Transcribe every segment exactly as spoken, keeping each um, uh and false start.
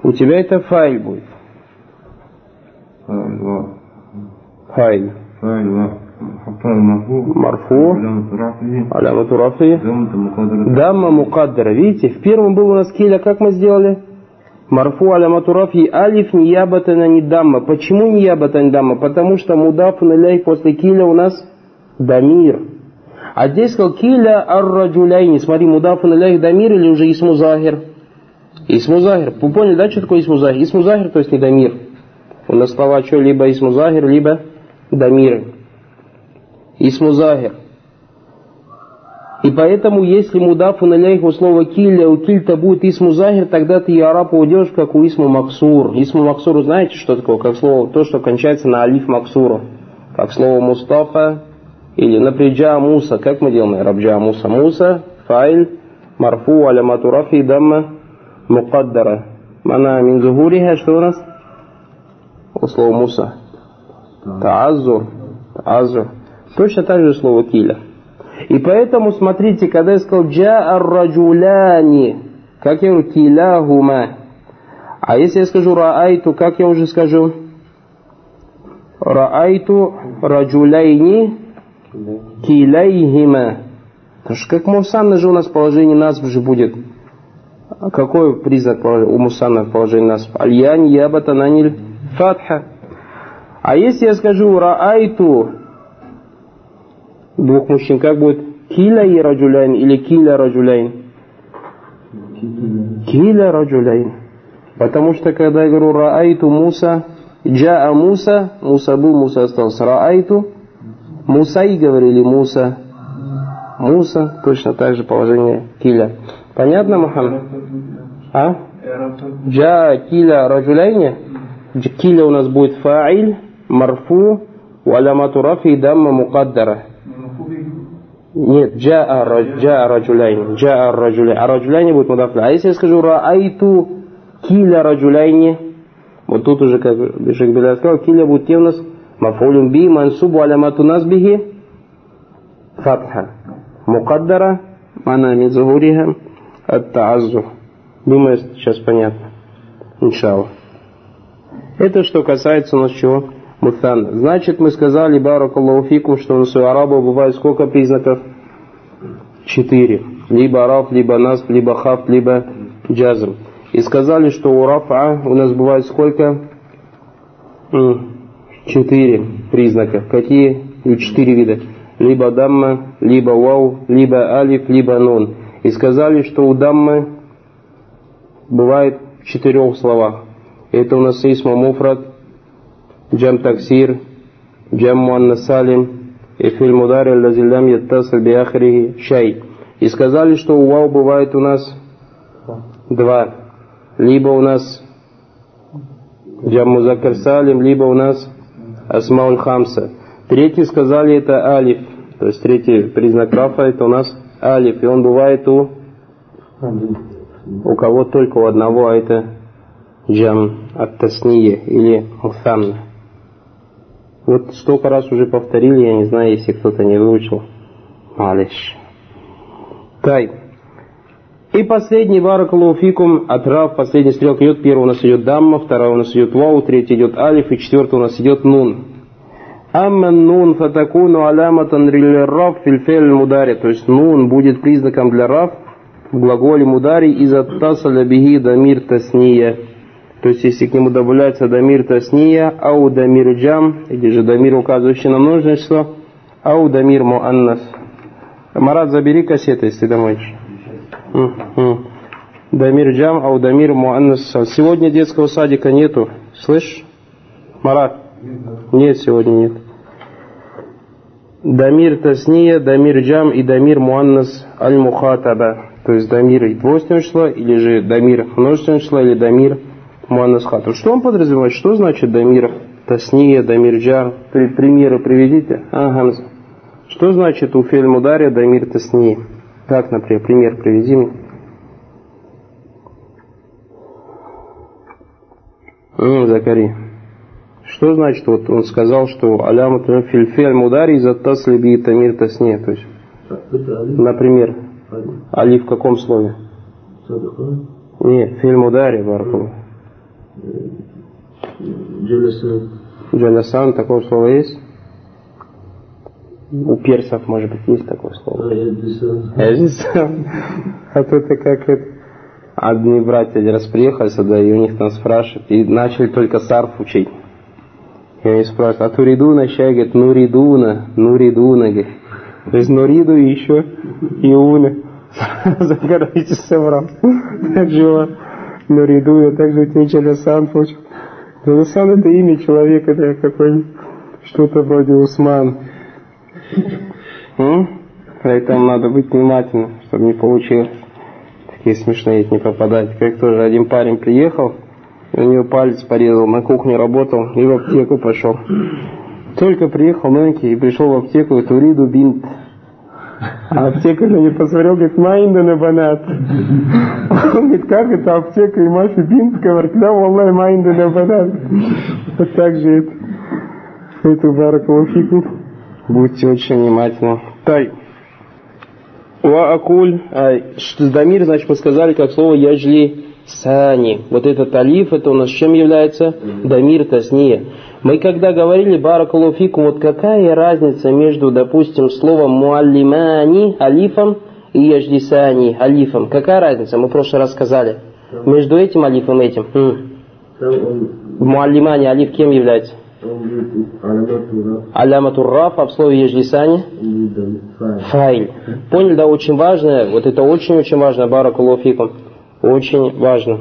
У тебя это файль будет. Файль. Марфу. Алямату рафи. Дамма мукаддара. Видите, в первом был у нас киля, как мы сделали? Марфу алямату рафи алиф ниябатан ани дамма. Почему ниябатан ани дамма? Потому что мудафун иляй после киля у нас дамир. А здесь сказал киля ар-раджуляйни. Смотри, мудафун иляй дамир или уже исму захир? Исму захир. Вы поняли, да, что такое исму захир? Исму захир, то есть не дамир. У нас слова что, либо исму захир, либо дамиры. Исму захир. И поэтому, если мудафун иляйх у слова киля, у кильта будет исму захир, тогда ты яраб уйдешь, как у исму максур. Исму максур, знаете, что такое? Как слово, то, что кончается на алиф максуру. Как слово Мустафа или например джа Муса. Как мы делаем? Рабджа Муса. Муса, файль, марфу, алямату рафи, дамма, мукаддара. Мана мин зухуриха, что у нас? У слова Муса. Таазур. Таазур. Точно так же слово киля. И поэтому, смотрите, когда я сказал джа ар-раджуляни, как я говорю, киляхума. А если я скажу раайту, как я уже скажу? Раайту раджуляйни киляйхима. Потому что как мусанна же у нас положение насб же будет. А какой признак у мусанна положение насб? Аль-ян ябатананиль фатха. А если я скажу раайту двух мужчин, как будет? Киля и раджуляйн или киля раджуляйн? Киля раджуляйн. Потому что когда я говорю раайту Муса, джаа Муса, Муса был, Муса остался. Раайту Мусай говорили Муса. Муса, точно так же положение киля. Понятно, Мухаммад? А? Джаа киля раджуляйни. Киля у нас будет фаиль, марфу, валямату рафи, дамма мукаддара. Нет, джаа раджуляйни. Джаа раджуляйни. А раджуляйни будет мудафля. А если я скажу раайту киля раджуляйни, вот тут уже, как Шейх Беляй сказал, киля будет те у нас мафулюм би, мансубу алямату насбихи, фатха. Мукаддара, мана мин зухуриха, ат-тааззур. Думаю, сейчас понятно. Иншаллах. Это что касается у нас чего? Мутанна. Значит, мы сказали, баракаллаху фикум, что у нас у арабов бывает сколько признаков? Четыре. Либо раф, либо насб, либо хаф, либо джазм. И сказали, что у рафа у нас бывает сколько? Четыре признака. Какие? Четыре вида. Либо дамма, либо вау, либо алиф, либо нун. И сказали, что у даммы бывает в четырех словах. Это у нас исма муфрад, джам таксир, джам муаннас салим, и филь мудари аллази лам яттасиль би ахрихи шай. И сказали, что у вау бывает у нас два. Либо у нас джам музаккар салим, либо у нас асмауль хамса. Третий сказали это алиф. То есть третий признак рафа это у нас алиф. И он бывает у у кого только у одного, а это джам ат-тасния или мусанна. Вот столько раз уже повторили, я не знаю, если кто-то не выучил. Малиш. Тай. И последний баракаллаху фикум от рав, последний стрелка идет. Первый у нас идет дамма, второй у нас идет вау, третий идет алиф, и четвертый у нас идет нун. Амман нун фатакуну аляматан риль-раф фильфель мудари. То есть нун будет признаком для раф в глаголе мудари из аттасаля бихи дамир тасния. То есть если к нему добавляется дамир тасния, ау дамир джам, или же дамир, указывающий на множественное число, ау дамир муаннас. Марат, забери кассеты, если домой. Дамир джам, ау дамир муаннас. Сегодня детского садика нету. Слышь? Марат? Нет, сегодня нет. Дамир тасния, дамир джам и дамир муаннас аль-мухатаба. То есть дамир двойственного числа, или же дамир множественного числа, или дамир муаннас хатаб. Что он подразумевает? Что значит дамир тасния, дамир джам? Примеры приведите. А, Гамза. Что значит у фель мудария дамир тасния? Так, например, пример приведи мне. М, Закари. Что значит, вот он сказал, что алямат фильфель мудари из аттасли би тамир тасния, то есть, например, алиф в каком слове? Нет, филь мудари, баракаллаху. Джаласан. Джаласан, такое слово есть? У персов, может быть, есть такое слово. Эджисан. А то это как это. Одни братья один раз приехали сюда, и у них там спрашивают, и начали только сарф учить. И они спрашивают, а туридуна, щай, говорит, нуридуна, нуридуна, говорит. То есть нуриду и еще и уна. Загорайте собрал. Так же нуридуна, так же у тебя Джаласан получил. Джаласан это имя человека, да, какой-нибудь, что-то вроде Усман. М? Поэтому надо быть внимательным, чтобы не получилось. Такие смешные не попадать. Как тоже один парень приехал, у него палец порезал, на кухне работал и в аптеку пошел. Только приехал маленький и пришел в аптеку, и туриду бинт. А аптекарь на него посмотрел, говорит, майнда на банат. Он говорит, как это аптека и Маша бинт? Говорит, да, валлай, майнда на банат. Вот так же это. Это баракалуфику. Будьте очень внимательны. Тай. Ва акуль. Дамир, значит, мы сказали, как слово яжли сани. Вот этот алиф, это у нас чем является? Дамир тасния. Мы когда говорили баракалуфику, вот какая разница между, допустим, словом муаллимани алифом и яжлисани алифом? Какая разница? Мы в прошлый раз сказали. Между этим алифом и этим. Муаллимани алиф кем является? Аляматур раф, а в слове яжлисани? Файль. Поняли, да, очень важно. Вот это очень-очень важно, баракалуфикум. Очень важно.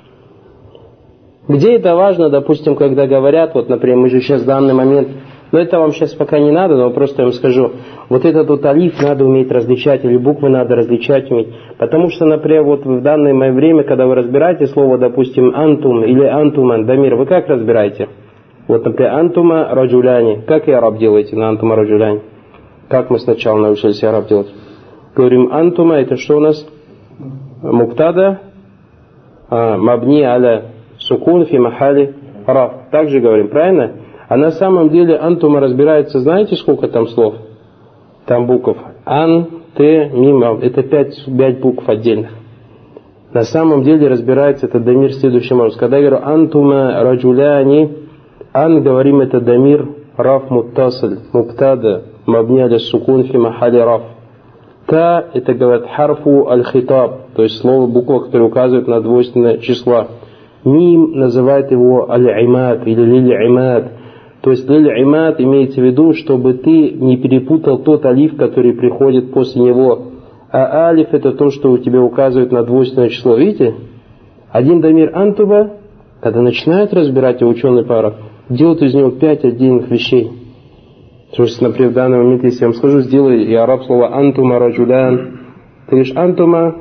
Где это важно, допустим, когда говорят, вот, например, мы же сейчас в данный момент, но это вам сейчас пока не надо, но просто я вам скажу, вот этот вот алиф надо уметь различать, или буквы надо различать уметь. Потому что, например, вот в данное время, когда вы разбираете слово, допустим, антум или антуман, дамир, вы как разбираете? Вот, например, антума раджуляни. Как и араб делаете на антума раджуляни? Как мы сначала научились араб делать? Говорим, антума, это что у нас? Муктада, а, мабни аля сукун фи махали раф. Так же говорим, правильно? А на самом деле антума разбирается, знаете, сколько там слов? Там букв. Ан, те, мима. Это пять, пять букв отдельных. На самом деле разбирается этот дамир следующим образом. Когда я говорю антума раджуляни, ан, говорим, это дамир раф муттасиль, муптада, мабни аля сукун фи махали раф. Та, это, говорят, харфу аль-хитаб, то есть слово, буква, которая указывает на двойственное число. Мим называет его аль-имад или лиль-имад. То есть лиль-имад имеется в виду, чтобы ты не перепутал тот алиф, который приходит после него. А алиф это то, что у тебя указывает на двойственное число. Видите? Один дамир антуба, когда начинают разбирать его ученые пара, делают из него пять отдельных вещей. То есть, например, в данный момент, если я вам скажу, сделай и араб слово антума раджулян, ты говоришь антума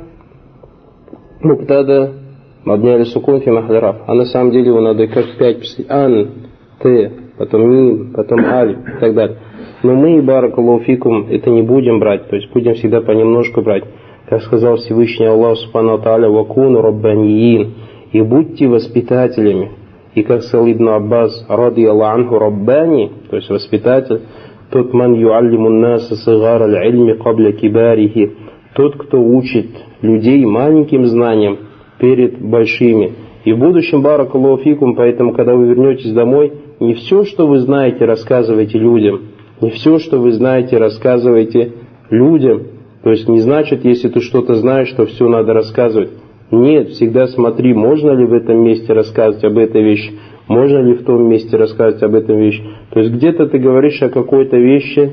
муктада мабни сукун фи махали раф. А на самом деле его надо как пять писать. Ан, ты, потом мим, потом аль и так далее. Но мы, баракалуфикум, это не будем брать, то есть будем всегда понемножку брать. Как сказал Всевышний Аллах Субхану Тааля, вакуну раббаниин, и будьте воспитателями. И как сказал Ибн Аббас, ради Аллаху анху раббани, то есть воспитатель, тот ман юаллиму наса сигар аль-ильми кабля кибарихи, тот, кто учит людей маленьким знаниям перед большими. И в будущем, баракаллаху фикум, поэтому, когда вы вернетесь домой, не все, что вы знаете, рассказывайте людям. Не все, что вы знаете, рассказывайте людям. То есть не значит, если ты что-то знаешь, что все надо рассказывать. Нет, всегда смотри, можно ли в этом месте рассказывать об этой вещи, можно ли в том месте рассказывать об этой вещи. То есть где-то ты говоришь о какой-то вещи,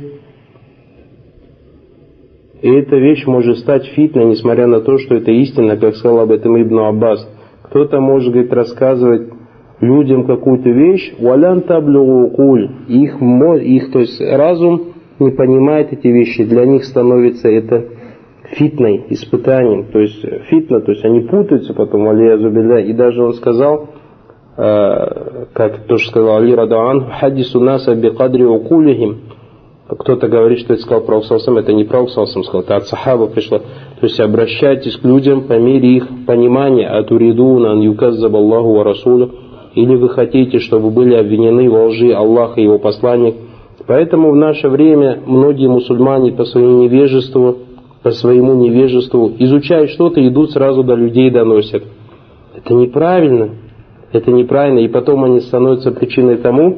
и эта вещь может стать фитной, несмотря на то, что это истина, как сказал об этом Ибн Аббас. Кто-то может, говорит, рассказывать людям какую-то вещь, валян таблюгу куль, их, их, то есть разум не понимает эти вещи, для них становится это фитной, испытанием, то есть фитна, то есть они путаются потом, алейязу билля, и даже он сказал, э, как тоже сказал Али радуан, хадису наса бикадри укулихим. Кто-то говорит, что это сказал Пророк саллаллаху алейхи ва саллям, это не Пророк саллаллаху алейхи ва саллям сказал, это от сахаба пришло. То есть обращайтесь к людям по мере их понимания, атуридуна ан юказзаб Аллаху ва расулю, или вы хотите, чтобы были обвинены во лжи Аллах и его посланник. Поэтому в наше время многие мусульмане по своему невежеству, по своему невежеству изучают что-то, идут сразу до людей доносят. Это неправильно. Это неправильно, и потом они становятся причиной тому,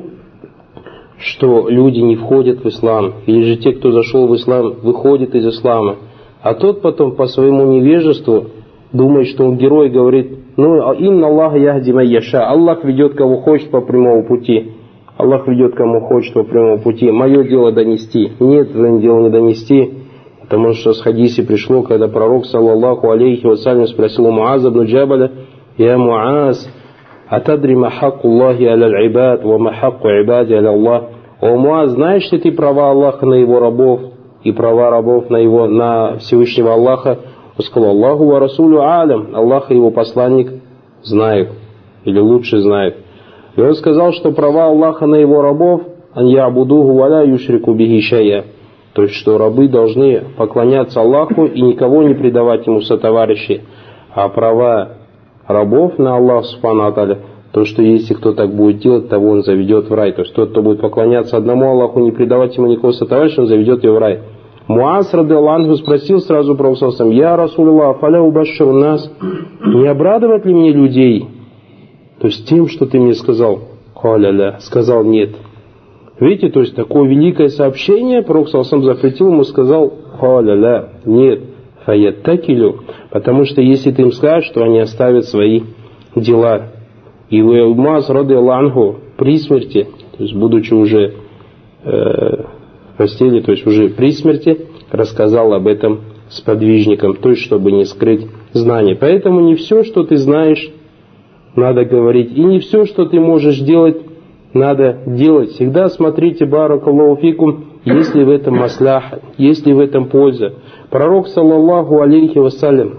что люди не входят в ислам. Или же те, кто зашел в ислам, выходят из ислама. А тот потом по своему невежеству думает, что он герой, говорит: ну, инна Аллаха яхди ман яша. Аллах ведет кого хочет по прямому пути. Аллах ведет кому хочет по прямому пути. Мое дело донести. Нет, твое дело не донести. Потому что с хадисе пришло, когда пророк, саллаллаху алейхи вассалям, спросил у Муаза ибн Джабаля: я Муаз, атадри ма хакку Аллахи аля аль-ибад, ва ма хакку ибади аля Аллах. О Муаз, знаешь ли ты права Аллаха на его рабов и права рабов на его, на Всевышнего Аллаха? Он сказал: Аллаху ва расулю алям. Аллах и его посланник знают, или лучше знают. И он сказал, что права Аллаха на его рабов: ан я'будуху ва ла юшрику бихи шай'а. То есть, что рабы должны поклоняться Аллаху и никого не предавать ему сотоварищей. А права рабов на Аллах субхану ва тааля, то, что если кто так будет делать, того он заведет в рай. То есть тот, кто будет поклоняться одному Аллаху, не предавать ему никакого сотоварища, он заведет его в рай. Муаз радиллаху анху спросил сразу про Пророка: я Расулуллах, фаля убашширу нас, не обрадовать ли мне людей? То есть тем, что ты мне сказал. Халя, сказал нет. Видите, то есть такое великое сообщение Пророк запретил ему, сказал: халя, нет. Фаяттакилю, потому что если ты им скажешь, что они оставят свои дела. И Муаз радиллаху анху при смерти, то есть будучи уже э, в постели, то есть уже при смерти, рассказал об этом сподвижникам, то есть чтобы не скрыть знания. Поэтому не все, что ты знаешь, надо говорить, и не все, что ты можешь делать, надо делать. Всегда смотрите, баракаллаху фикум, есть ли в этом масляха, есть ли в этом польза. Пророк, саллаллаху алейхи вассалям,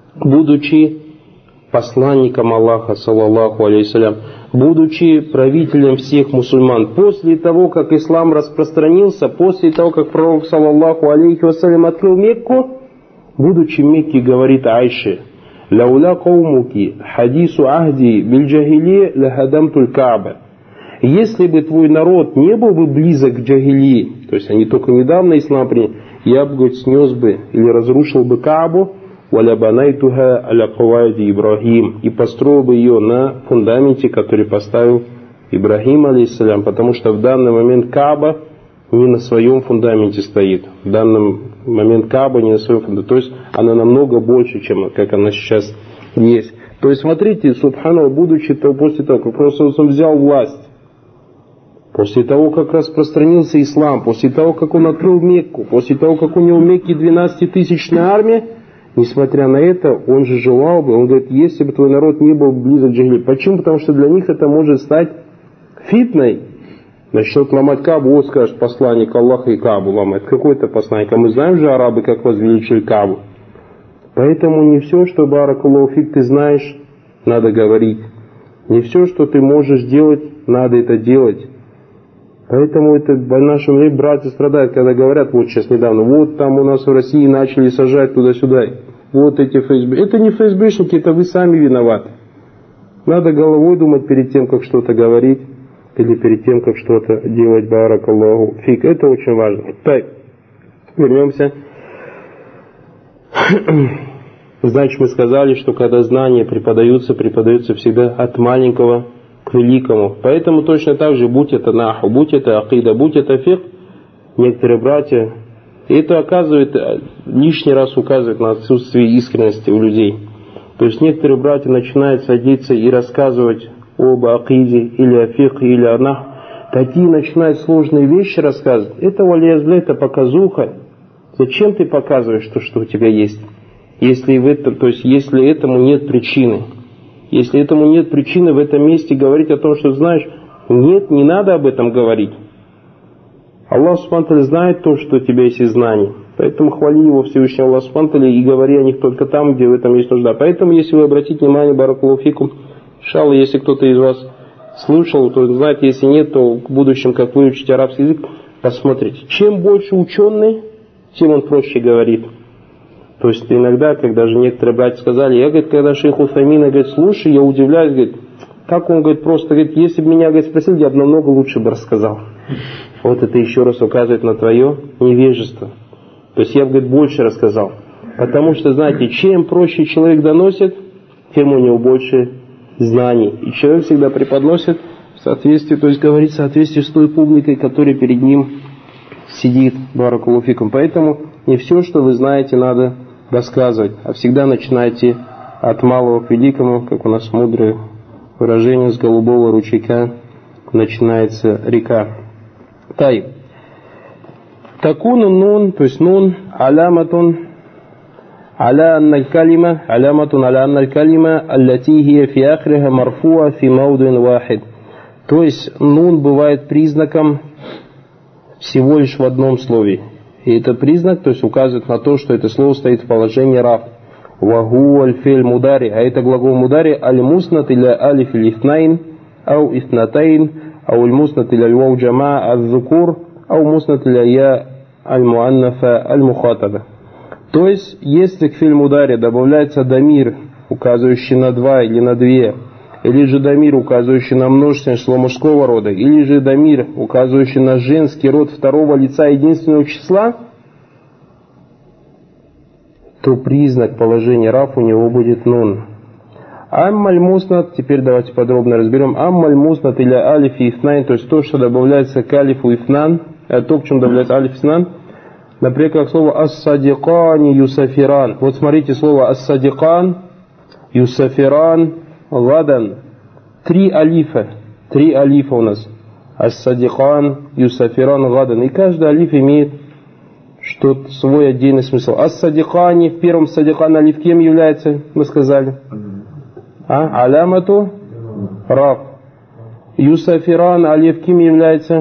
будучи посланником Аллаха, саллаллаху алейхи вассалям, будучи правителем всех мусульман, после того, как ислам распространился, после того, как пророк, саллаллаху алейхи вассалям, открыл Мекку, будучи в Мекке, говорит Айше: «Лауля каумуки хадису ахди биль-джахили лахадамтуль Кааба». Если бы твой народ не был бы близок к джахилии, то есть они только недавно ислам приняли, я бы, говорит, снес бы или разрушил бы Каабу, валябанайтуха аля кавайди Ибрахим, и построил бы ее на фундаменте, который поставил Ибрахим, алейхиссалям, потому что в данный момент Кааба не на своем фундаменте стоит. В данный момент Кааба не на своем фундаменте. То есть она намного больше, чем как она сейчас есть. То есть смотрите, субханаллах, будучи то, после того, как Пророк взял власть, после того, как распространился ислам, после того, как он открыл Мекку, после того, как у него в Мекке двенадцатитысячная армия, несмотря на это, он же желал бы, он говорит: если бы твой народ не был близок к джахилии. Почему? Потому что для них это может стать фитной. Начнут ломать Каабу, вот скажет посланник Аллаха и Каабу ломает. Какой-то посланник? А мы знаем же, арабы, как возвеличили Каабу. Поэтому не все, что, баракаллаху фик, ты знаешь, надо говорить. Не все, что ты можешь делать, надо это делать. Поэтому это в нашем мире братья страдают, когда говорят, вот сейчас недавно, вот там у нас в России начали сажать туда-сюда, вот эти фейсбуки. Это не фейсбучники, это вы сами виноваты. Надо головой думать перед тем, как что-то говорить, или перед тем, как что-то делать, баракаллаху фик. Это очень важно. Так, вернемся. Значит, мы сказали, что когда знания преподаются, преподаются всегда от маленького к великому. Поэтому точно так же, будь это наху, будь это акида, будь это фикх, некоторые братья, и это оказывает, лишний раз указывает на отсутствие искренности у людей. То есть некоторые братья начинают садиться и рассказывать об акиде, или о фикхе, или о наху. Такие начинают сложные вещи рассказывать. Это валиязбля, это показуха. Зачем ты показываешь то, что у тебя есть? Если в этом, то есть если этому нет причины. Если этому нет причины в этом месте говорить о том, что знаешь, нет, не надо об этом говорить. Аллах субхану ва тааля знает то, что у тебя есть из знаний. Поэтому хвали его Всевышний Аллах субхану ва тааля и говори о них только там, где в этом есть нужда. Поэтому, если вы обратите внимание, баракаллаху фикум, иншаллах, если кто-то из вас слушал, то знаете, если нет, то в будущем, как выучить арабский язык, посмотрите. Чем больше ученый, тем он проще говорит. То есть иногда, когда же некоторые братья сказали, я, говорит, когда шейх Уфаймина, говорит, слушай, я удивляюсь, говорит, как он, говорит, просто, говорит, если бы меня, говорит, спросили, я бы намного лучше бы рассказал. Вот это еще раз указывает на твое невежество. То есть я бы, говорит, больше рассказал. Потому что, знаете, чем проще человек доносит, тем у него больше знаний. И человек всегда преподносит в соответствии, то есть говорит в соответствии с той публикой, которая перед ним сидит, баракаллаху фикум. Поэтому не все, что вы знаете, надо рассказывать, а всегда начинайте от малого к великому, как у нас мудрое выражение, с голубого ручейка начинается река. Тай. Такуну нун, то есть нун, аляматун, аля анналь калима, аляматун аля анналь калима, аллати хия фи ахриха марфуа фи маудуин вахид. То есть нун бывает признаком всего лишь в одном слове. И это признак, то есть указывает на то, что это слово стоит в положении раф. Ваху аль-филь мудари, а это глагол мудари аль-муснат иля алиф иль-ифнайн, ау ифнатайн, ау аль-муснат иля аль-вау джама аль-зукур, ау муснат иля я аль-муаннафа аль-мухатаба. То есть, если к филь мудари добавляется дамир, указывающий на два или на две, или же дамир, указывающий на множественное число мужского рода, или же дамир, указывающий на женский род второго лица единственного числа, то признак положения раф у него будет нун. Аммаль муснат, теперь давайте подробно разберем. Аммаль муснат или алиф и ифнайн, то есть то, что добавляется к алифу ифнан, это то, к чему добавляется алиф и ифнан. Например, как слово ас-садикани юсафиран. Вот смотрите слово ас-садикан, юсафиран, ладан. Три алифа. Три алифа у нас. Ас-садикан, юсафиран, ладан. И каждый алиф имеет что-то свой отдельный смысл. Ас-садикани, в первом садикан алиф кем является, мы сказали? А? Алямату раф. Юсафиран алиф кем является?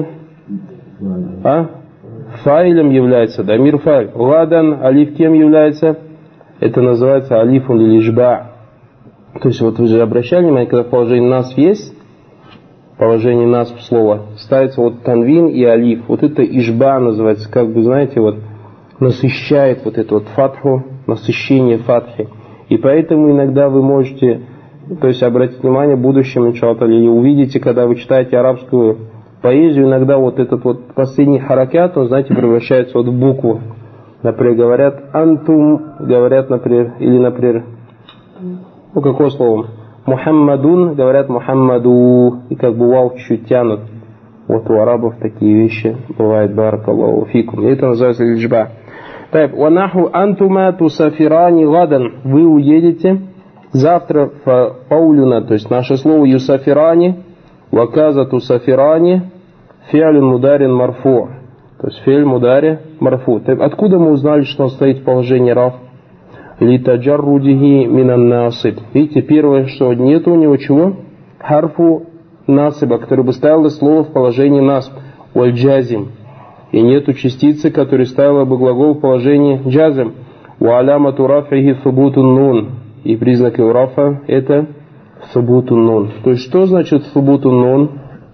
А? Файлем является, дамир файль. Ладан алиф кем является? Это называется алифун лилишба. То есть вот вы же обращали внимание, когда в положении нас есть, положение нас слова, ставится вот танвин и алиф. Вот это ишба называется, как бы, знаете, вот насыщает вот эту вот фатху, насыщение фатхи. И поэтому иногда вы можете, то есть обратить внимание в будущем, иншаллах, или увидите, когда вы читаете арабскую поэзию, иногда вот этот вот последний харакят, он, знаете, превращается вот в букву. Например, говорят антум, говорят, например, или, например, ну, какое слово? Мухаммадун, говорят Мухаммаду, и как бы вау чуть-чуть тянут. Вот у арабов такие вещи бывают, баракаллаху фикум. И это называется лиджба. Так, ванаху антума тусафирани гадан. Вы уедете завтра в паулюна, то есть наше слово юсафирани, ваказа тусафирани, фиалин мударин марфу. То есть фиаль мудари марфу. Так, откуда мы узнали, что он стоит в положении раф? Литаджаррудихи минан насиб. Видите, первое, что нет у него чего? Харфу насиба, который бы ставил слово в положении насб. Уаль джазим. И нету частицы, которая ставила бы глагол в положении джазим. Ва алямату рафихи субутун нун. И признак его рафа это субутун нун. То есть что значит субутун нун?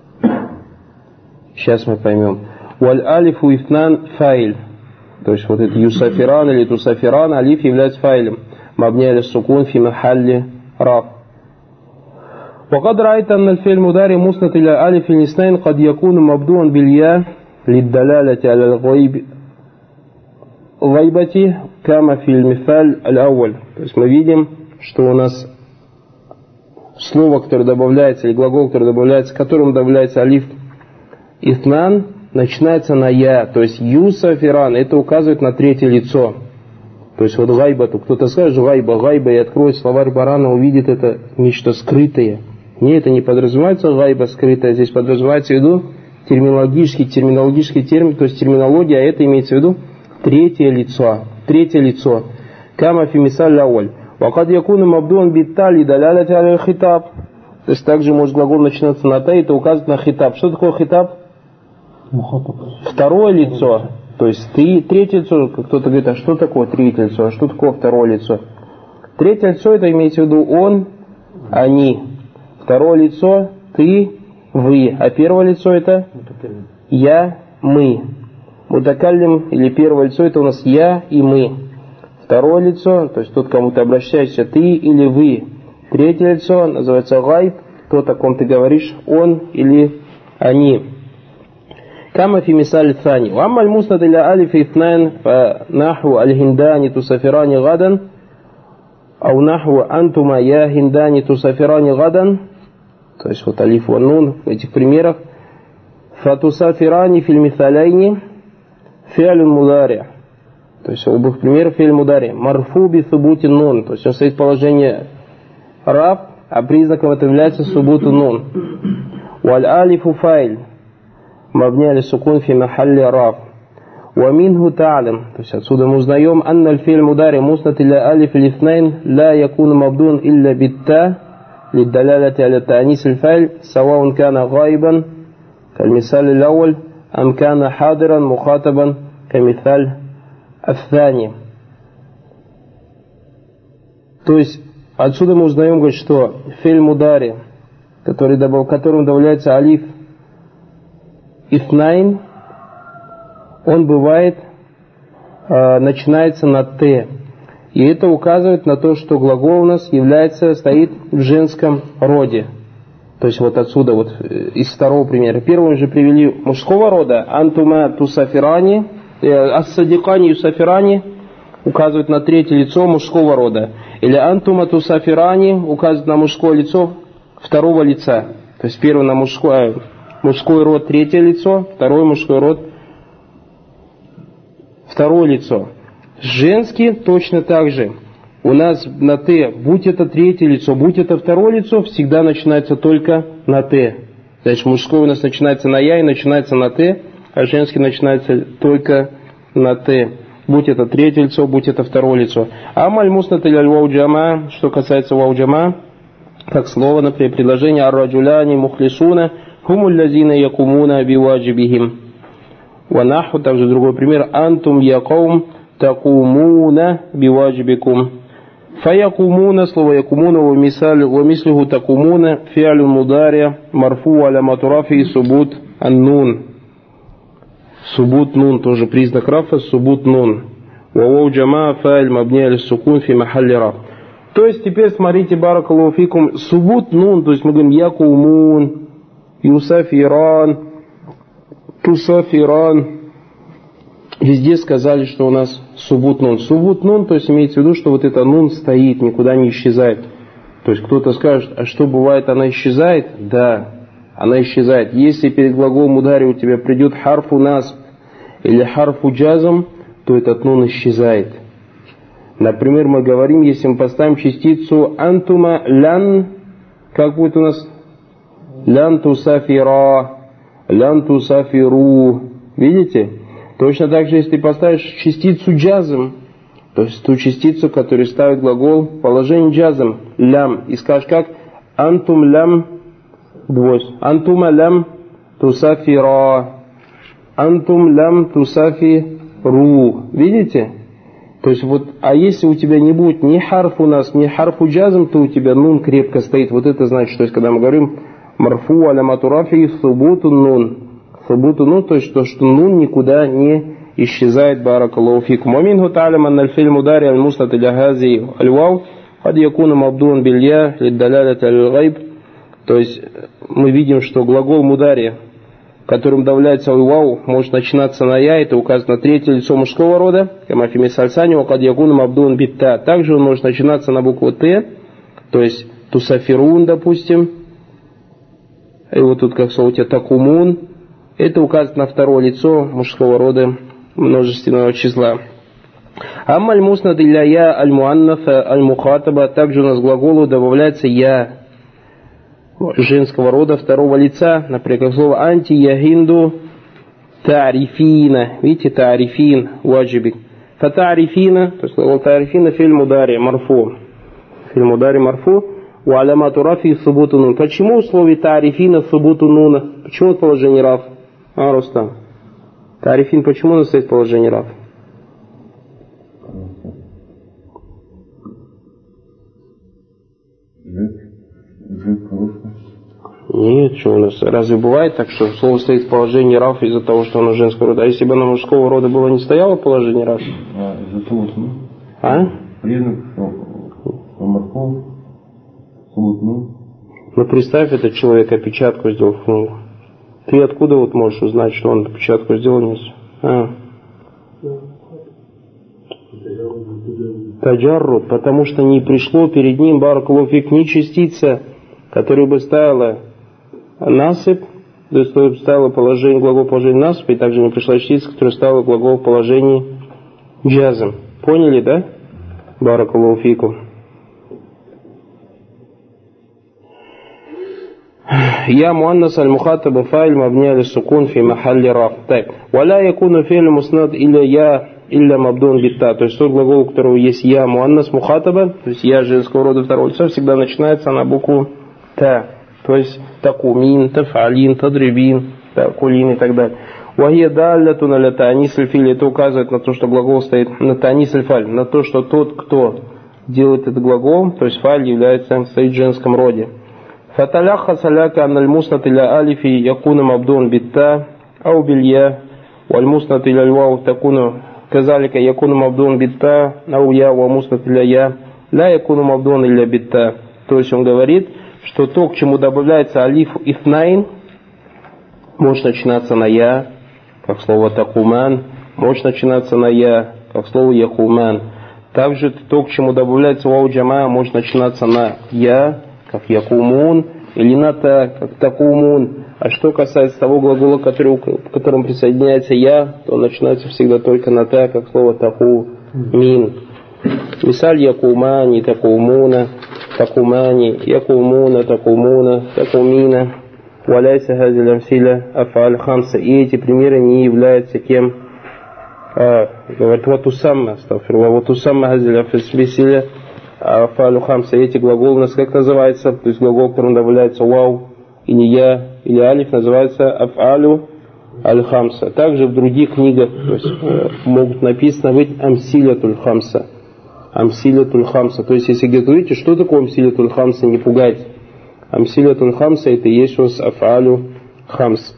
Сейчас мы поймем. Уаль алифу ифнан файль. То есть вот это юсафиран или тусафиран, алиф является файлем. Мабни аля сукун фи махалли раф. وقد رأيت أن الفعل المضارع مسند إلى ألف الاثنين قد يكون مبدوءا بالياء للدلالة على الغيب غيبة كما في المثال الأول. То есть мы видим, что у нас слово, которое добавляется, или глагол, который добавляется, к которому добавляется алиф итнан, начинается на я, то есть юсафиран, это указывает на третье лицо. То есть вот гайбату, кто-то скажет гайба, гайба, и откроет словарь Барана, увидит это нечто скрытое. Не, это не подразумевается гайба скрытая, здесь подразумевается в виду терминологический, терминологический термин, то есть терминология, а это имеется в виду третье лицо. Третье лицо. Кама фи мисаль лауль. Вакад якуну мабдуан биттали далялати аля хитаб. То есть также может глагол начинаться на та, это указывает на хитаб. Что такое хитаб? Второе лицо. То есть ты, третье лицо, кто-то говорит, а что такое третье лицо, а что такое второе лицо? Третье лицо это имеется в виду он, они. Второе лицо ты, вы. А первое лицо это я, мы. Мутакаллим или первое лицо это у нас я и мы. Второе лицо, то есть тот, кому ты обращаешься, ты или вы. Третье лицо называется гайб, тот, о ком ты говоришь, он или они. كما في مثال الثاني وأما المسند إلى ألف اثنان فنحو الهندان تسافران غدا Аунаху антума я хиндани тусафирани гадан. То есть вот алиф ва нун в этих примерах. Фатусафирани филь мисаляйни фиалюн мудари. То есть в обоих примерах фиаль мудари. Марфу би субути нун. То есть он стоит в положении раф, а признаком это является субуту нун. Валь алифу файль. Мабни али сукун фи махалли раф. ومنه تعلم. То есть отсюда мы узнаем أن الفعل المضارع مسند إلى ألف الاثنين لا يكون مبدون إلا بالتاء للدلالة على تأنيث الفعل سواء كان غائبا كالمثال الأول أم كان حاضرا مخاطبا كمثال الثاني. То есть отсюда мы узнаем, говорит, что фи'ль мудари, который добав, которым добавляется алиф итнайн, он бывает, э, начинается на «т». И это указывает на то, что глагол у нас является, стоит в женском роде. То есть вот отсюда, вот из второго примера. Первый мы же привели мужского рода. Антума тусафирани, э, ас-садикани юсафирани указывает на третье лицо мужского рода. Или антума тусафирани указывает на мужское лицо второго лица. То есть первый на мужской, мужской род третье лицо, второй мужской род второе лицо. Женский точно так же. У нас на «т», будь это третье лицо, будь это второе лицо, всегда начинается только на «т». Значит, мужской у нас начинается на «я» и начинается на «т», а женский начинается только на «т». Будь это третье лицо, будь это второе лицо. Амаль муснат иль вау джама, что касается вау джама, как слово, например, предложение ар-раджуляни мухлисуна хумуль лазина якумуна биваджибихим. Ванаху, также другой пример, антум якаум такумуна биваджибикум. Фаякумуна, слово якумуна, вамислиху такумуна, фиалю мудария, марфу алямату рафи, субут аннун. Субут нун, тоже признак рафа, субут нун. Вау джама фа'иль мабни аль сукун фи махалли раф. То есть теперь смотрите, баракаллаху фикум, субут нун, то есть мы говорим якумун, юсафиран, тусафиран. Везде сказали, что у нас субут нун. Субут нун, то есть имеется в виду, что вот это нун стоит, никуда не исчезает. То есть кто-то скажет, а что бывает, она исчезает? Да, она исчезает. Если перед глаголом удари у тебя придет харфу насб или харфу джазм, то этот нун исчезает. Например, мы говорим, если мы поставим частицу антума лян, как будет у нас? Лян тусафира, лян тусафиру. Видите? Точно так же, если ты поставишь частицу джазм, то есть ту частицу, которую ставит глагол, положение джазм, лям, и скажешь как? Антум лям, двойство. Антума лям тусафира, антум лям тусафиру. Видите? То есть вот, а если у тебя не будет ни харфу нас, ни харфу джазм, то у тебя нун крепко стоит. Вот это значит, то есть когда мы говорим марфу алямату рафи субуту нун. Субуту нун, то есть то, что нун никуда не исчезает, баракаллаху фикум. Аминху та'алям анна аль-филь мудари аль-муснат иля хази аль-вау кад якуну мабдуан биль-я лид-далалати аль-гайб. То есть мы видим, что глагол мудари, которым добавляется аль-вау, может начинаться на я, это указано на третье лицо мужского рода, камафими сальсани, кад якуну мабдуан бит-та. Также он может начинаться на букву т, то есть тусафирун, допустим. И вот тут как слово такумун. Это указывает на второе лицо мужского рода множественного числа. Аммаль муснад илля я аль-муаннафа аль-мухатаба. Также у нас к глаголу добавляется я женского рода второго лица. Например, как слово анти яхинду тарифина. Видите, тарифин ваджибик. Фатарифина, то есть глагол тарифина фи'ль мудари марфу. Фи'ль мудари марфу. У алямату рафи субуту нун. Почему в слове тарифина субуту нуна? Почему положение раф? А, Рустам. Тарифин, почему он стоит в положении раф? Нет, что у нас? Разве бывает так, что слово стоит в положении раф из-за того, что оно женского рода? А если бы оно мужского рода было, не стояло в положении раф? А, из-за того, что... А? Признак, что морского, ну, представь, этот человек опечатку сделал. Ты откуда вот можешь узнать, что он опечатку сделал? А. таджарруд, потому что не пришло перед ним баракаллаху фик ни частица, которая бы ставила насып, то есть которая бы ставила положение, глагол положения насып, и также не пришла частица, которая ставила глагол в положении джазм. Поняли, да? Баракаллаху фику. Я муаннас аль-мухатаба фаиль мабни аль-сукун фи махалли раф. Так. Валя якуну фи'ль муснад илля я илля мабдун битта. То есть тот глагол, у которого есть я муаннас мухатаба, то есть я женского рода второго лица, всегда начинается на букву та. То есть такумин, тафалин, тадрибин, такулин и так далее. Вахия даллятун аля таанис аль-филь. Это указывает на то, что глагол стоит на таанис аль-фаль, на то, что тот, кто делает этот глагол, то есть фаль является, стоит в женском роде. فتلخص لك أن المسند إلى ألف يكون مبدون بالتاء أو بالياء والمسند إلى الواو تكون كذلك يكون مبدون بالتاء أو ياء ومسند إلى ياء لا يكون مبدون إلا بالتاء. То есть он говорит, что то, к чему добавляется алиф ифнайн, может начинаться на я, как слово такуман, может начинаться на я, как слово якуман. Также то, к чему добавляется вау джама, может начинаться на я, как якумун, или на та, как такумун. А что касается того глагола, который, к которому присоединяется я, то он начинается всегда только на та, как слово таку мин. Мисаль якумани, такумуна, такумани, якумуна, такумуна, такумина. Валяйся хазиль амсиля афаль хамса. И эти примеры не являются кем? А, говорит, вот усамма, астафирулlah, вот усамма хазиль афаль афалю хамса. Эти глаголы у нас как называется? То есть глагол, которым добавляется вау, или я, или алиф, называется афалю аль-хамса. Также в других книгах, то есть, э, могут написано быть амсилятуль хамса. Амсилятуль хамса. То есть, если где-то видите, что такое амсилятуль хамса, не пугайте. Амсилятуль хамса — это и есть у нас афалю хамс.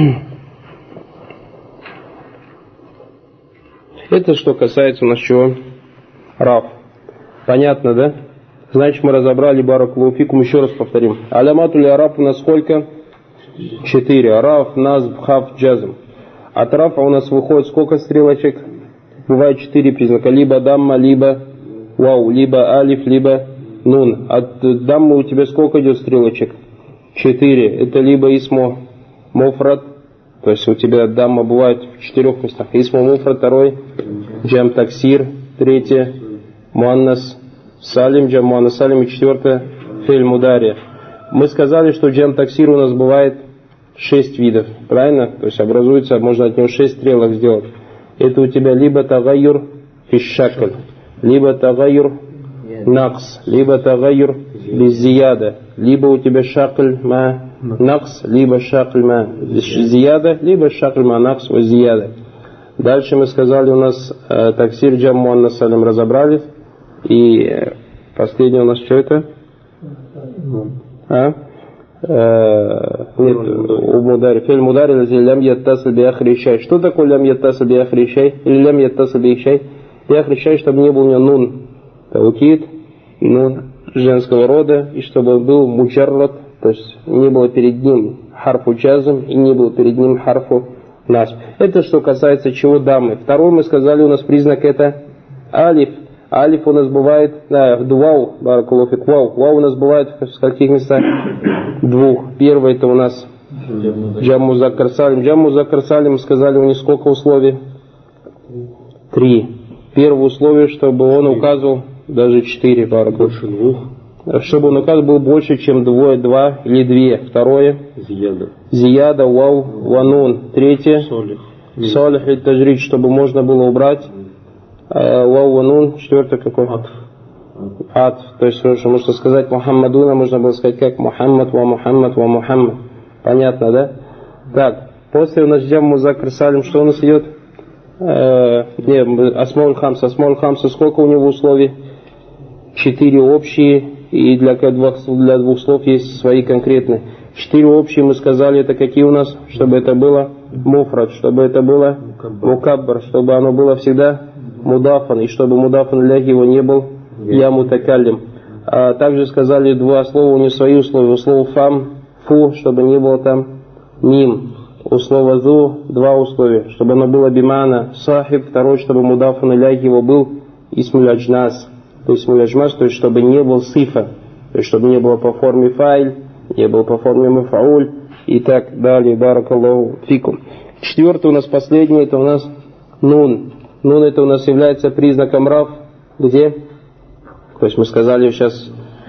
Это что касается у нас чего? Раф. Понятно, да? Значит, мы разобрали баракаллаху фикум, еще раз повторим. Аляматуль араб у нас сколько? Четыре. Араф, назб, хаф, джазм. От рафа у нас выходит сколько стрелочек? Бывает четыре признака. Либо дамма, либо вау, либо алиф, либо нун. От даммы у тебя сколько идет стрелочек? Четыре. Это либо исмо муфрад, то есть у тебя дамма бывает в четырех местах. Исмо муфрад, второй джам таксир, третье муаннас салим, джам муаннас салим, и четвертое фейль мудари. Мы сказали, что джам таксир у нас бывает шесть видов, правильно? То есть образуется, можно от него шесть стрелок сделать. Это у тебя либо тагайюр фишшакль, либо тагайюр накс, либо тагайюр беззияда, либо у тебя шакль ма накс, либо шакль ма зияда, либо шакль ма накс ва зияда. Дальше мы сказали, у нас э, таксир джам муаннас салим разобрали. И последнее у нас что это? А? Э, нет, у мудари. Фель мудари лям яттасл биахри шай. Что такое лям яттасл биахри шай? Или лям яттасл биахри шай? Биахри шай, чтобы не был у него нун таукид, нун женского рода, и чтобы был муджаррад, то есть не было перед ним харфу джазм и не было перед ним харфу насб. Это что касается чего дамы. Второй мы сказали, у нас признак это алиф. Алиф у нас бывает, да, вау, баракаллаху фик, вау. Вау у нас бывает в каких местах? Двух. Первое это у нас джам музаккар салим. Джам музаккар салим, мы сказали, у них сколько условий? Три. Первое условие, чтобы он указывал, даже четыре, баракаллаху. Больше двух. Чтобы он указывал был больше, чем двое, два или две. Второе. Зияда. Зияда, вау, ванун. Третье. Солих. Солих и таджрид, чтобы можно было убрать. Вау, ванун. Четвертое какое? Атф. Атф. То есть, можно сказать Мухаммадуна, можно было сказать как Мухаммад, ва Мухаммад, ва Мухаммад. Понятно, да? Так, после у нас джам музаккар салим, что у нас идет? Э, не, асмауль хамса. Асмауль хамса, сколько у него условий? Четыре общие, и для двух, для двух слов есть свои конкретные. Четыре общие мы сказали, это какие у нас? Чтобы это было муфрад, чтобы это было мукаббар, чтобы оно было всегда мудафан, и чтобы мудафан ляхи его не был я мутакаллим. А также сказали два слова, у них свои условия. У слова фам, фу, чтобы не было там мим. У слова зу два условия, чтобы оно было бимана сахиб, второй, чтобы мудафан ляхи его был исмуль аджнас. то есть муляджмаш, то есть чтобы не был сифа, то есть чтобы не было по форме файль, не было по форме мафауль и так далее. Баракаллаху фикум. Четвертый у нас последний, это у нас нун. Нун это у нас является признаком раф. Где? То есть мы сказали сейчас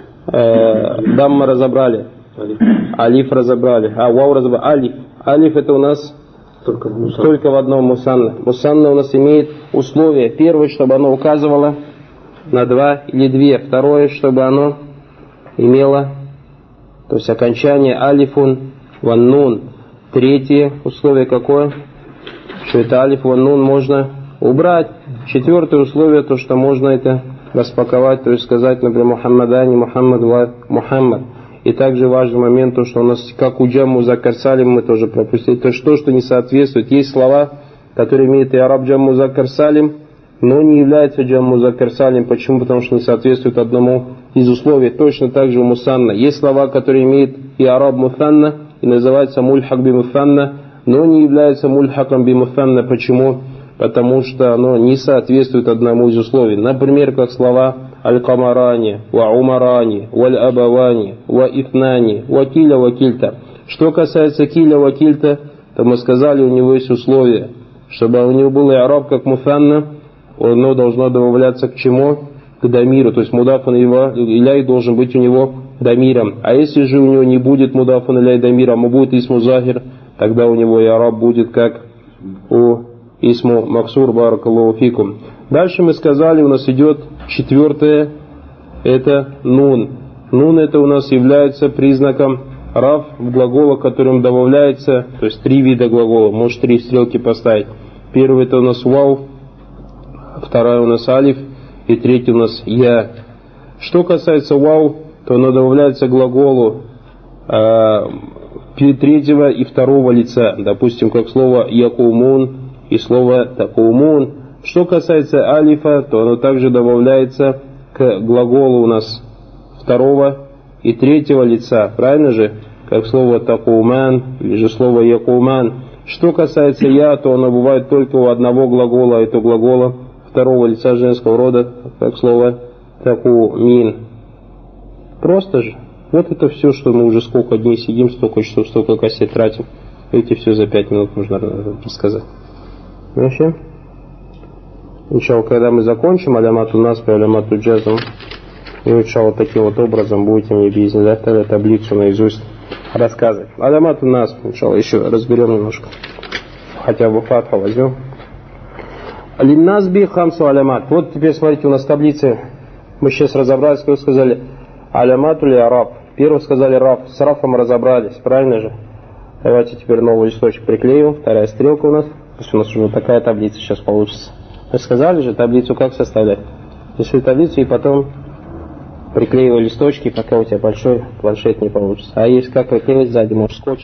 э, дамма разобрали, алиф. алиф разобрали, а вау разобрали, алиф. Алиф это у нас только в, только в одном мусанна. Мусанна у нас имеет условия. Первое, чтобы оно указывало на два или две. Второе, чтобы оно имело, то есть окончание алифун ван нун. Третье условие какое? Что это алиф ван нун можно убрать. Четвертое условие, то что можно это распаковать, то есть сказать, например, Мухаммадани, Мухаммад ва Мухаммад. И также важный момент, то, что у нас, как у джам музаккар салим, мы тоже пропустили, то, что, что не соответствует. Есть слова, которые имеют и араб джам музаккар салим, но не являются джам музаккар салим. Почему? Потому что не соответствуют одному из условий. Точно так же у мусанна. Есть слова, которые имеют и араб муфанна, и называются мульхак би муфанна, но не являются мульхаком би муфанна. Почему? Потому что оно не соответствует одному из условий. Например, как слова аль-камарани, ва-умарани, валь-абавани, ва-ифнани, ва-киля, ва-кильта. Что касается киля, ва-кильта, то мы сказали, у него есть условия. Чтобы у него был и араб как муфанна, оно должно добавляться к чему? К дамиру. То есть мудафан иляй должен быть у него дамиром. А если же у него не будет мудафан иляй дамиром, а будет исму захир, тогда у него и араб будет как у исму максур баракаллаху фикум. Дальше мы сказали, у нас идет четвертое, это нун. Нун это у нас является признаком раф в глаголах, которым добавляется, то есть три вида глагола, может три стрелки поставить. Первый это у нас вау, вторая у нас алиф и третий у нас я. Что касается вау, то оно добавляется к глаголу э, третьего и второго лица, допустим, как слово якумун и слово такумун. Что касается алифа, то оно также добавляется к глаголу у нас второго и третьего лица, правильно же? Как слово такуман или же слово якуман. Что касается я, то оно бывает только у одного глагола, это глагола второго лица женского рода, как слово такумин. Просто же. Вот это все, что мы уже сколько дней сидим, столько часов, столько кассет тратим. Эти все за пять минут можно рассказать. Вообще? Иншалла, когда мы закончим алямату насби, алямату джазм, и иншалла таким вот образом будете мне бизнес, тогда таблицу наизусть рассказывать. Алямату насби, иншалла, еще разберем немножко. Хотя бы фатха возьмем. Линнасби хамсу алямат. Вот теперь смотрите, у нас таблицы. Мы сейчас разобрались, как сказали, алямату ли араб. Первый сказали раф, с рафом разобрались, правильно же? Давайте теперь новый листочек приклеим. Вторая стрелка у нас. То есть у нас уже такая таблица сейчас получится. Мы сказали же таблицу как составлять. Пиши таблицу и потом приклеивай листочки, пока у тебя большой планшет не получится. А если как приклеивать сзади, можешь скотч.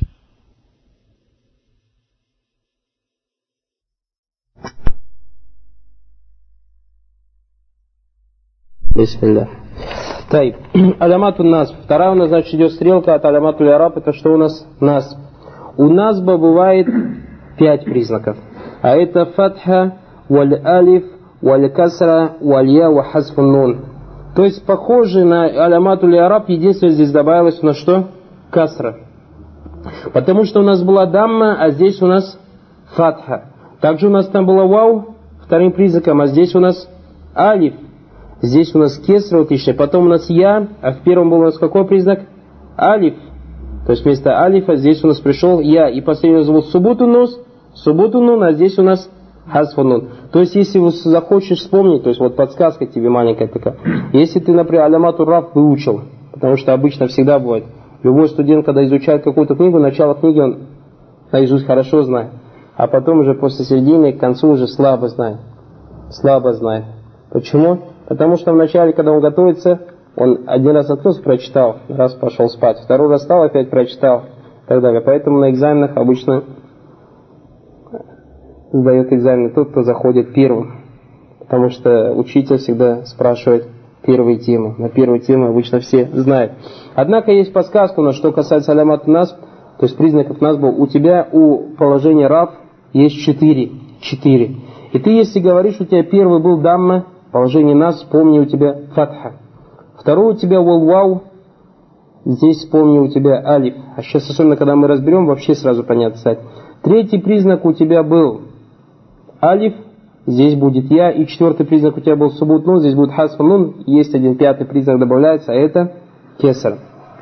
Бисмилля. Тайб. Алямату нас. Вторая у нас, значит, идет стрелка от алямату араб. Это что у нас? Нас. У насба бывает пять признаков. А это фатха, валь алиф, валь касра, валь я, ва хазфун нун. То есть похоже на алямату араб, единственное здесь добавилось на что? Касра. Потому что у нас была дамма, а здесь у нас фатха. Также у нас там было вау, вторым признаком, а здесь у нас алиф. Здесь у нас кесра утычная, потом у нас я, а в первом был у нас какой признак? Алиф. То есть вместо алифа здесь у нас пришел я. И последний у нас был субутунус, субутунун, а здесь у нас хазфунун. То есть если вы захочешь вспомнить, то есть вот подсказка тебе маленькая такая. Если ты, например, алямату раф выучил, потому что обычно всегда бывает, любой студент, когда изучает какую-то книгу, начало книги он наизусть хорошо знает, а потом уже после середины к концу уже слабо знает. Слабо знает. Почему? Потому что вначале, когда он готовится, он один раз открылся, прочитал, раз пошел спать, второй раз встал, опять прочитал, и так далее. Поэтому на экзаменах обычно сдает экзамен тот, кто заходит первым. Потому что учитель всегда спрашивает первые темы. На первые темы обычно все знают. Однако есть подсказка у нас, что касается алямат насб, то есть признаков насба. У тебя у положения раф есть четыре. Четыре. И ты, если говоришь, у тебя первый был дамма, положение нас, вспомни у тебя фатха. Второе у тебя вал-вау, здесь вспомни у тебя алиф. А сейчас, особенно когда мы разберем, вообще сразу понятно стать. Третий признак у тебя был алиф, здесь будет я. И четвертый признак у тебя был субут нун, здесь будет хасф нун. Есть один пятый признак добавляется, а это кесар.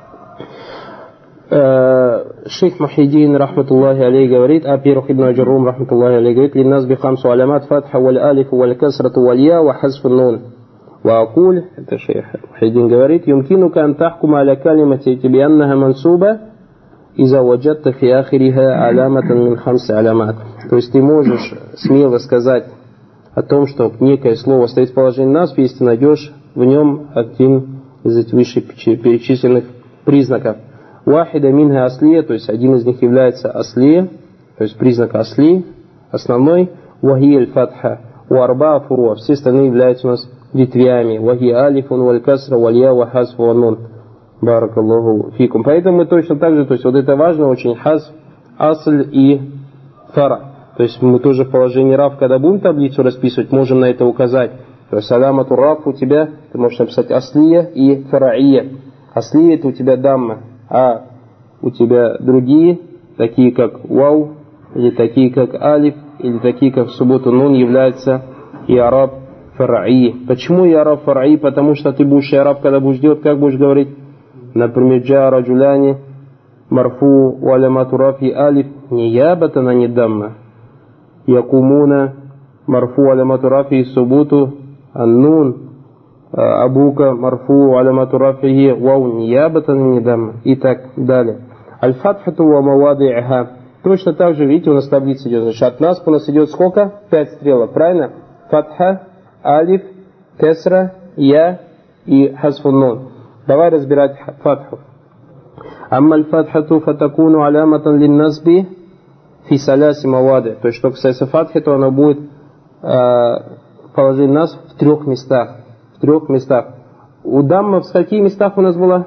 Шейх Мухиддин, рахматуллахи алейхи, говорит, а первых Ибн Аджуррум, рахматуллахи алейхи, говорит, «Линнас би хамсу алямат фатха валь алифу валь касрату валь я ва хазфу нун». وأقول, это шейх Мухиддин говорит, يمكنك أن تحكم على كلمة بأنها منصوبة إذا وجدت في آخرها علامة من خمس علامات. То есть ты можешь смело сказать о том, что некое слово стоит в положении насб, если ты найдешь в нем один из этих вышеперечисленных признаков. Вахида минха аслия, то есть один из них является аслия, то есть признак асли, основной. Вахи аль-фатха, уарба фуруа, все остальные являются у нас ветвями. Вахи алифун валь касра валь я ва хазфу ван нун. Баракаллаху фикум. Поэтому мы точно так же, то есть вот это важно очень, хаз, асль и фара. То есть мы тоже в положении рав, когда будем таблицу расписывать, можем на это указать. То есть алямату рав у тебя, ты можешь написать аслия и фараия. Аслия это у тебя дамма, а у тебя другие, такие как вау, или такие как алиф, или такие как субботу нун, являются иараб фараи. Почему иараб фараи? Потому что ты будешь иараб, когда будешь делать, как будешь говорить? Например, джа раджуляни марфу валямату рафи алиф ниябатан ани дамма. Якумуна марфу алямату рафи субботу аннун. Абука марфу алямату рафихи вау ниябатан ани дамма. И так далее. Аль-фатхату ва мавади'ха. Точно так же, видите, у нас таблица идет. Значит, от нас у нас идет сколько? Пять стрелок, правильно? Фатха, алиф, кесра, я и хазфун нун. Давай разбирать фатху. Амма аль-фатхату фатакуну аляматан лин-насби фи саляси мавади. То есть, что касается фатхи, то она будет э, положить нас в трех местах. В трех местах. У дамма в каких местах у нас была?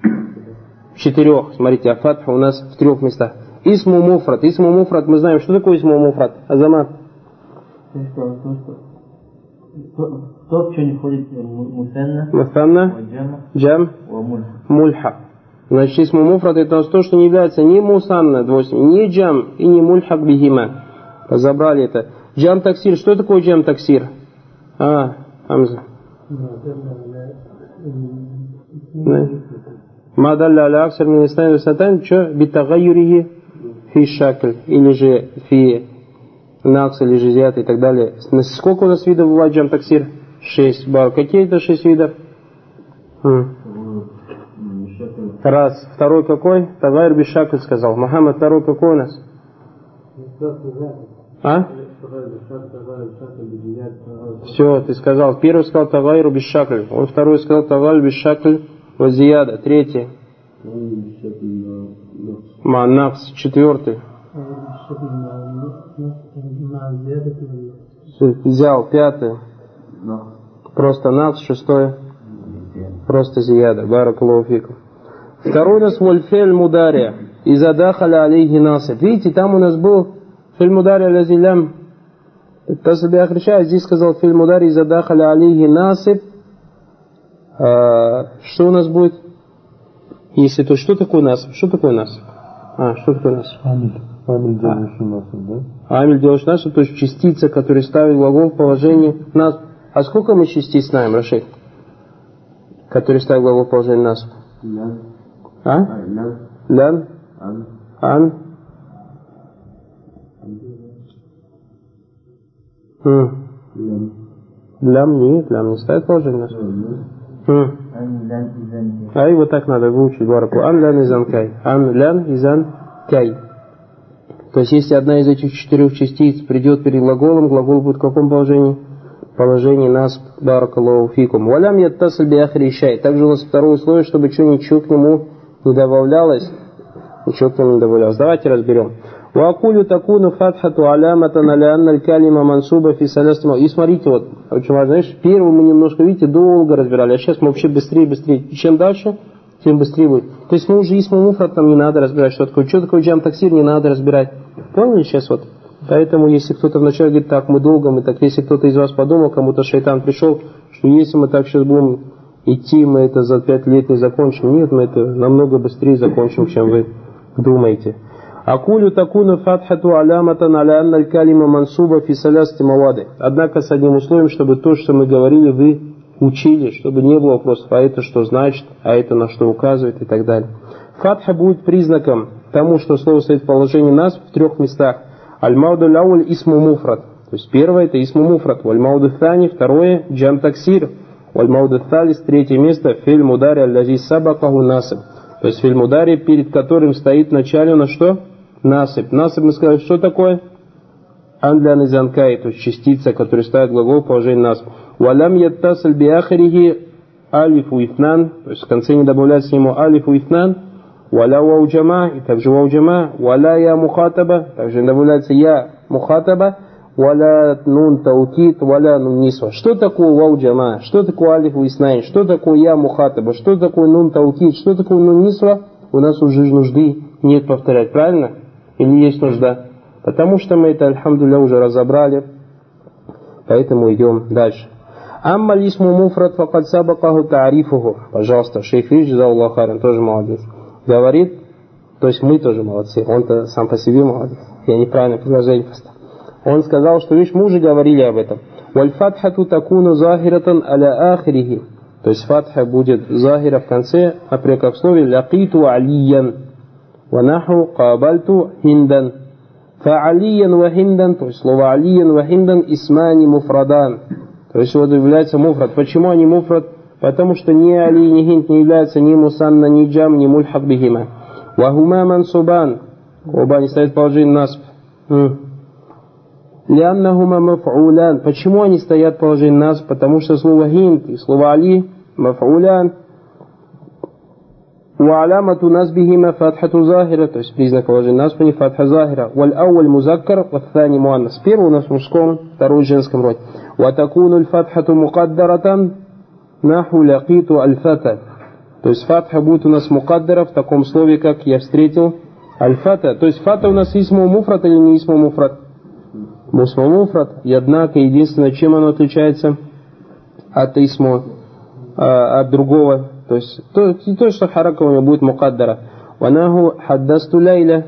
В четырех. Смотрите, а фатха у нас в трех местах. Исму муфрат. Исму муфрат, мы знаем, что такое исму муфрат. Азамат. То, в что не входит мусанна, мусанна, джам, мульхак. Значит, исму муфрат это то, что не является ни мусанна, ни джам и ни мульхак бихима. Разобрали это. Джам таксир. Что такое джам таксир? А, Хамза. Мадалля аля аксар мин иснаин васатайн, что? Битагайюрихи фи шакль. Или же фи накс, или же зият и так далее. Сколько у нас видов бывает джам таксир? Шесть. Бар. Какие это шесть видов? Хм. Раз. Второй какой? Тагайр би шакль сказал. Мухаммад, второй какой у нас? А? Все, ты сказал. Первый сказал тагайру би шакль. Он второй сказал тагайр би шакль вазияда. Третий. Манакс. Четвертый. Взял. Пятый. Просто накс. Шестой. Просто зияда. Баракаллаху фикум. Второй у нас вольфель мудария. Иза дахаля алейхи насиб. Видите, там у нас был филь мудария лази лям. Тасаби ахриша. Здесь сказал филь мудария иза дахаля алейхи насиб. А, что у нас будет? Если то, что такое насиб? Что такое насиб? А, что такое насиб? Амиль. Амиль делаешь насиб, да? Амиль делаешь насиб, то есть частица, которая ставит глагол в положении насиб. А сколько мы частиц знаем, Рашид? Который ставит глагол в положении насиб? Лян. А? Лян. Лян? Ан. Ан? М. Лян. Лям нет, лям не ставит положение насиб. М. А и вот так надо выучить бараку. Ан лян изан кай. Ан лян изан кай. То есть, если одна из этих четырех частиц придет перед глаголом, глагол будет в каком положении? Положение нас баракаллаху фикум. Валям яттасаль би ахри шай. Также у нас второе условие, чтобы что ничего к нему не добавлялось. Ничего к нему не добавлялось. Давайте разберем. Вакулю такуну фатхату аляматан алянна аль-калима мансуба фи салястима. И смотрите, вот, очень важно, знаешь, первый мы немножко, видите, долго разбирали, а сейчас мы вообще быстрее, быстрее. И чем дальше, тем быстрее будет. То есть мы уже исму муфрат нам не надо разбирать, что такое. Что такое джам таксир, не надо разбирать. Поняли сейчас вот? Поэтому, если кто-то вначале говорит, так, мы долго, мы так, если кто-то из вас подумал, кому-то шайтан пришел, что если мы так сейчас будем идти, мы это за пять лет не закончим. Нет, мы это намного быстрее закончим, чем вы думаете. Акулю такуну фатхату аляматан аля анна аль-калима мансуба фи салясти мавады. Однако с одним условием, чтобы то, что мы говорили, вы учили, чтобы не было вопросов, а это что значит, а это на что указывает и так далее. Фатха будет признаком тому, что слово стоит в положении нас в трех местах. Аль-мауду ляуль исму муфрат. То есть первое это исму муфрат. Валь-мауду thani, второе джам таксир. Валь-мауду тhalис, третье место филь мудари аль-лази сабакаху насиб. То есть филь мудари, перед которым стоит в начале на что? Насиб. Насиб мы сказали, что такое? Андлян из анкай, то есть частица, которая ставит глагол в положении насиб. Валям яттасаль биахрихи алифу ифнан. То есть в конце не добавляется к нему алифу ифнан. Валя вау джама, и также вау джама. Валя я мухатаба, также не добавляется я мухатаба. Валя нун таукит, валя нун нисва. Что такое вау джама? Что такое алифу ифнан? Что такое я мухатаба? Что такое нун таукит? Что такое нун нисва? У нас уже нужды нет повторять, правильно? Или есть нужда? Потому что мы это, альхамдулилля, уже разобрали. Поэтому идем дальше. Амма лисму муфрат факад сабакаху та'арифуху. Пожалуйста, шейх Рич, зааллаху хайран, тоже молодец. Говорит, то есть мы тоже молодцы. Он-то сам по себе молодец. Я неправильно предложение поставил. Он сказал, что видишь, мы уже говорили об этом. Валь фатхату такуну захиратан аля ахрихи. То есть фатха будет захира в конце, например, как в слове лакиту алиян. Ванаху кабальту хиндан. Фа'алиян ва хиндан, то есть слово алиян ва хиндан исмани муфрадан. То есть вот является муфрад. Почему они муфрад? Потому что ни али, ни хинд не являются ни мусанна, ни джам, ни мульхак бихима. Вахума мансубан. Оба они стоят в положении насб. Лианнахума маф'улян. Почему они стоят в положении насб? Потому что слово хинд и слово али маф'улян. Ва'алямату насбихима фатхату захира. То есть признак положения насб не фатха захира. Валь ауаль музаккар, ваthani муаннас. Первый у нас в мужском, второй в женском роде. Ватакуну аль-фатхату мукаддаратан. Наху лякиту аль-фата. То есть фатха будет у нас мукаддара в таком слове, как я встретил аль-фата. То есть фата у нас исму муфрат или не исму муфрат? Исму муфрат. И однако единственное, чем оно отличается от исму, а, от другого. То есть то, то что харака у него будет мукаддара. Ванаху хаддасту лайля.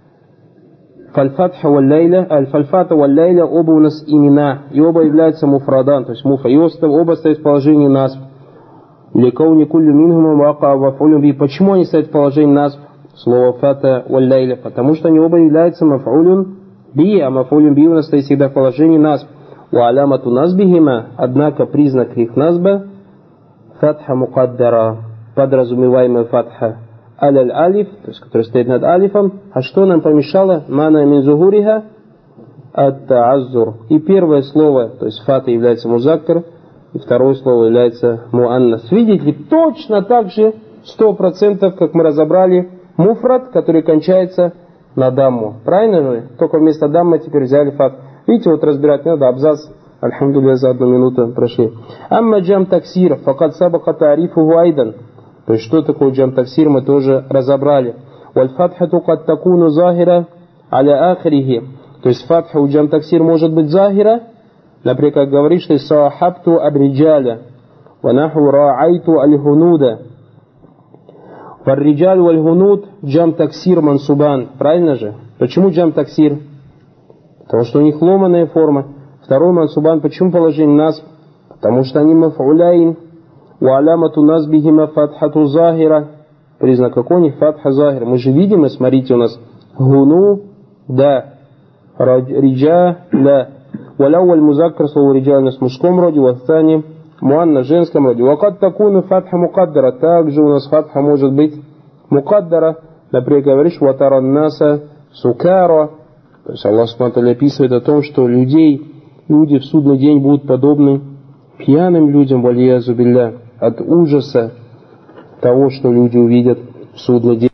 Фальфатха валь лайля. Аль-фальфата валь лайля оба у нас имена. И оба являются муфрадан, то есть муфа. И оба стоят в положении насб. Ликауни куллю минхума вака вафулю би. Почему они стоят в положении насб? Слово фата валь лайля. Потому что они оба являются мафулюн би, а мафулюн би у нас стоит всегда в положении насб. Ва алямату насбихима. Однако признак их насба фатха мукаддара. Подразумеваемая фатха. Аль-аль-алиф, то есть который стоит над алифом. А что нам помешало? Мана мин зухуриха ат-та'аззур. И первое слово, то есть фата является музаккар, и второе слово является муаннас. Видите, точно так же, сто процентов, как мы разобрали, муфрат, который кончается на дамму. Правильно же? Только вместо дамма теперь взяли фат. Видите, вот разбирать не надо, абзац, альхамдулилля, за одну минуту прошли. Амма джам таксир, факад сабака та'арифуху айдан. То есть, что такое джам таксир, мы тоже разобрали. Валь фатхату кад такуну захира аля ахрихи. То есть, фатха у джам таксир может быть захира. Например, как говоришь, что сахабту абриджаля. Ванаху ра'айту аль-хунуда. Фарриджаль валь-хунуд джам таксир мансубан. Правильно же? Почему джам таксир? Потому что у них ломаная форма. Второй мансубан. Почему положение насб? Потому что они маф'уляйн. Ва'алямату насбихима фатхату захира. Признак какой у них? Фатха захира. Мы же видим, и смотрите, у нас гуну, да, риджа, да. Валяуаль музаккар, слово риджа у нас в мужском роде, ваthani муанна в женском роде. Вакад такуну фатха мукаддара. Также у нас фатха может быть мукаддара. Например, говоришь, ватаран наса сукара. То есть Аллах субхану ва тааля описывает о том, что людей, люди в судный день будут подобны пьяным людям, валиязу билля, от ужаса того, что люди увидят в судный день.